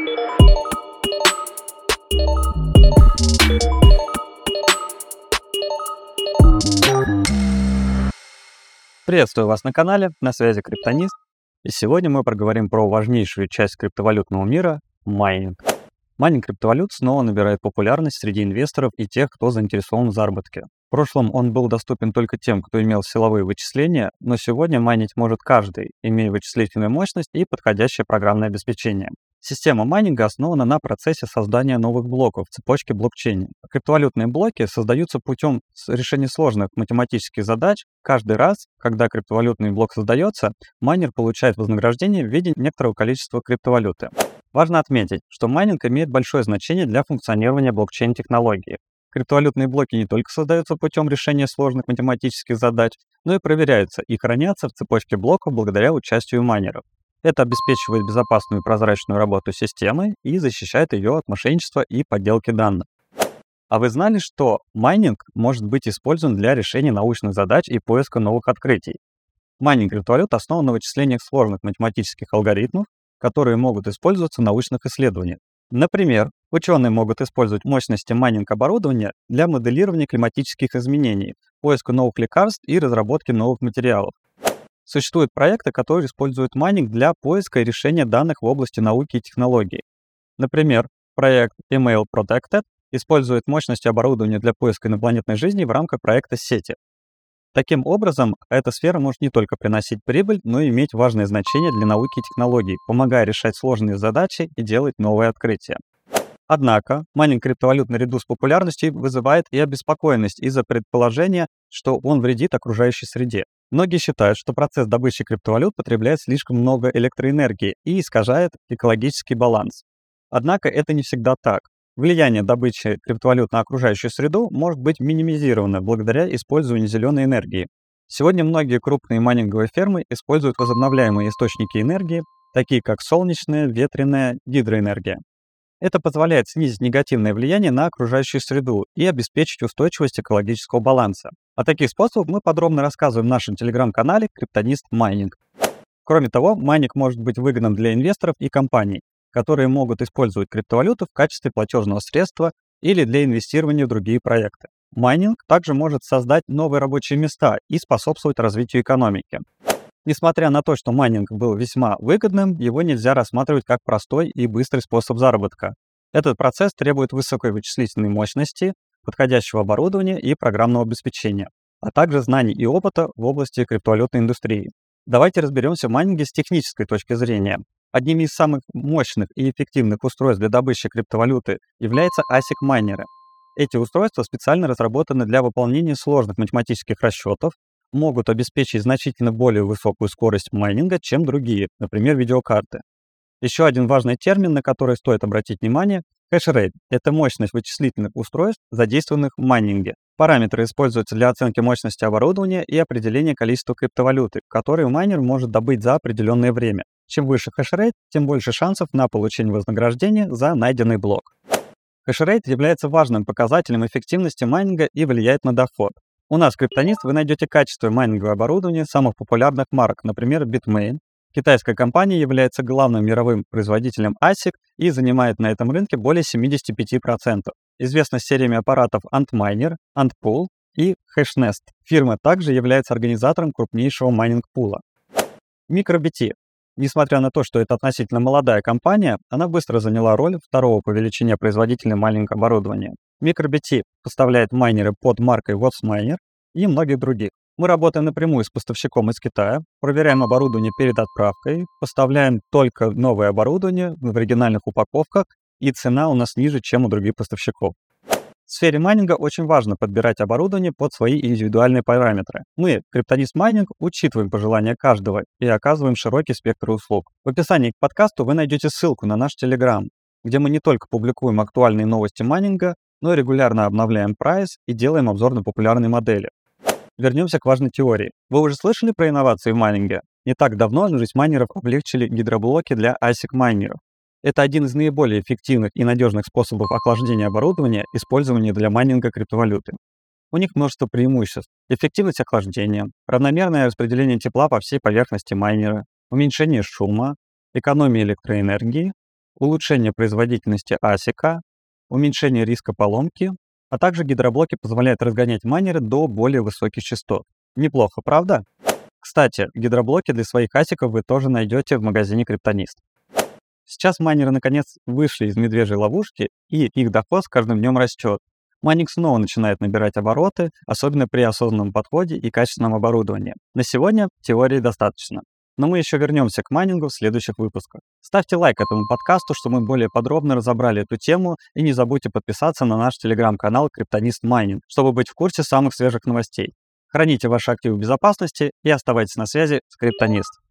Приветствую вас на канале, на связи Криптонист, и сегодня мы проговорим про важнейшую часть криптовалютного мира – майнинг. Майнинг криптовалют снова набирает популярность среди инвесторов и тех, кто заинтересован в заработке. В прошлом он был доступен только тем, кто имел силовые вычисления, но сегодня майнить может каждый, имея вычислительную мощность и подходящее программное обеспечение. Система майнинга основана на процессе создания новых блоков в цепочке блокчейна. Криптовалютные блоки создаются путем решения сложных математических задач. Каждый раз, когда криптовалютный блок создается, майнер получает вознаграждение в виде некоторого количества криптовалюты. Важно отметить, что майнинг имеет большое значение для функционирования блокчейн-технологии. Криптовалютные блоки не только создаются путем решения сложных математических задач, но и проверяются и хранятся в цепочке блоков благодаря участию майнеров. Это обеспечивает безопасную и прозрачную работу системы и защищает ее от мошенничества и подделки данных. А вы знали, что майнинг может быть использован для решения научных задач и поиска новых открытий? Майнинг криптовалют основан на вычислениях сложных математических алгоритмов, которые могут использоваться в научных исследованиях. Например, ученые могут использовать мощности майнинг-оборудования для моделирования климатических изменений, поиска новых лекарств и разработки новых материалов. Существуют проекты, которые используют майнинг для поиска и решения данных в области науки и технологий. Например, проект Email Protected использует мощности оборудования для поиска инопланетной жизни в рамках проекта сети. Таким образом, эта сфера может не только приносить прибыль, но и иметь важное значение для науки и технологий, помогая решать сложные задачи и делать новые открытия. Однако, майнинг криптовалют наряду с популярностью вызывает и обеспокоенность из-за предположения, что он вредит окружающей среде. Многие считают, что процесс добычи криптовалют потребляет слишком много электроэнергии и искажает экологический баланс. Однако это не всегда так. Влияние добычи криптовалют на окружающую среду может быть минимизировано благодаря использованию зеленой энергии. Сегодня многие крупные майнинговые фермы используют возобновляемые источники энергии, такие как солнечная, ветреная, гидроэнергия. Это позволяет снизить негативное влияние на окружающую среду и обеспечить устойчивость экологического баланса. О таких способах мы подробно рассказываем в нашем телеграм-канале Криптонист Майнинг. Кроме того, майнинг может быть выгодным для инвесторов и компаний, которые могут использовать криптовалюту в качестве платежного средства или для инвестирования в другие проекты. Майнинг также может создать новые рабочие места и способствовать развитию экономики. Несмотря на то, что майнинг был весьма выгодным, его нельзя рассматривать как простой и быстрый способ заработка. Этот процесс требует высокой вычислительной мощности, подходящего оборудования и программного обеспечения, а также знаний и опыта в области криптовалютной индустрии. Давайте разберемся в майнинге с технической точки зрения. Одними из самых мощных и эффективных устройств для добычи криптовалюты являются ASIC-майнеры. Эти устройства специально разработаны для выполнения сложных математических расчетов, могут обеспечить значительно более высокую скорость майнинга, чем другие, например, видеокарты. Еще один важный термин, на который стоит обратить внимание – хешрейт. Это мощность вычислительных устройств, задействованных в майнинге. Параметры используются для оценки мощности оборудования и определения количества криптовалюты, которые майнер может добыть за определенное время. Чем выше хешрейт, тем больше шансов на получение вознаграждения за найденный блок. Хешрейт является важным показателем эффективности майнинга и влияет на доход. У нас в Криптонист вы найдете качество майнингового оборудования самых популярных марок, например, Bitmain. Китайская компания является главным мировым производителем ASIC и занимает на этом рынке более 75%. Известна сериями аппаратов Antminer, Antpool и Hashnest. Фирма также является организатором крупнейшего майнинг-пула. MicroBT. Несмотря на то, что это относительно молодая компания, она быстро заняла роль второго по величине производителя майнинг-оборудования. MicroBT поставляет майнеры под маркой WhatsMiner и многих других. Мы работаем напрямую с поставщиком из Китая, проверяем оборудование перед отправкой, поставляем только новое оборудование в оригинальных упаковках, и цена у нас ниже, чем у других поставщиков. В сфере майнинга очень важно подбирать оборудование под свои индивидуальные параметры. Мы, Криптонист Майнинг, учитываем пожелания каждого и оказываем широкий спектр услуг. В описании к подкасту вы найдете ссылку на наш Telegram, где мы не только публикуем актуальные новости майнинга, но и регулярно обновляем прайс и делаем обзор на популярные модели. Вернемся к важной теории. Вы уже слышали про инновации в майнинге? Не так давно жизнь майнеров облегчили гидроблоки для ASIC-майнеров. Это один из наиболее эффективных и надежных способов охлаждения оборудования, использованного для майнинга криптовалюты. У них множество преимуществ. Эффективность охлаждения, равномерное распределение тепла по всей поверхности майнера, уменьшение шума, экономия электроэнергии улучшение производительности ASIC, уменьшение риска поломки, а также гидроблоки позволяют разгонять майнеры до более высоких частот. Неплохо, правда? Кстати, гидроблоки для своих асиков вы тоже найдете в магазине Криптонист. Сейчас майнеры наконец вышли из медвежьей ловушки, и их доход с каждым днем растет. Майнинг снова начинает набирать обороты, особенно при осознанном подходе и качественном оборудовании. На сегодня теории достаточно. Но мы еще вернемся к майнингу в следующих выпусках. Ставьте лайк этому подкасту, чтобы мы более подробно разобрали эту тему, и не забудьте подписаться на наш телеграм-канал Криптонист Майнинг, чтобы быть в курсе самых свежих новостей. Храните ваши активы в безопасности и оставайтесь на связи с Криптонист.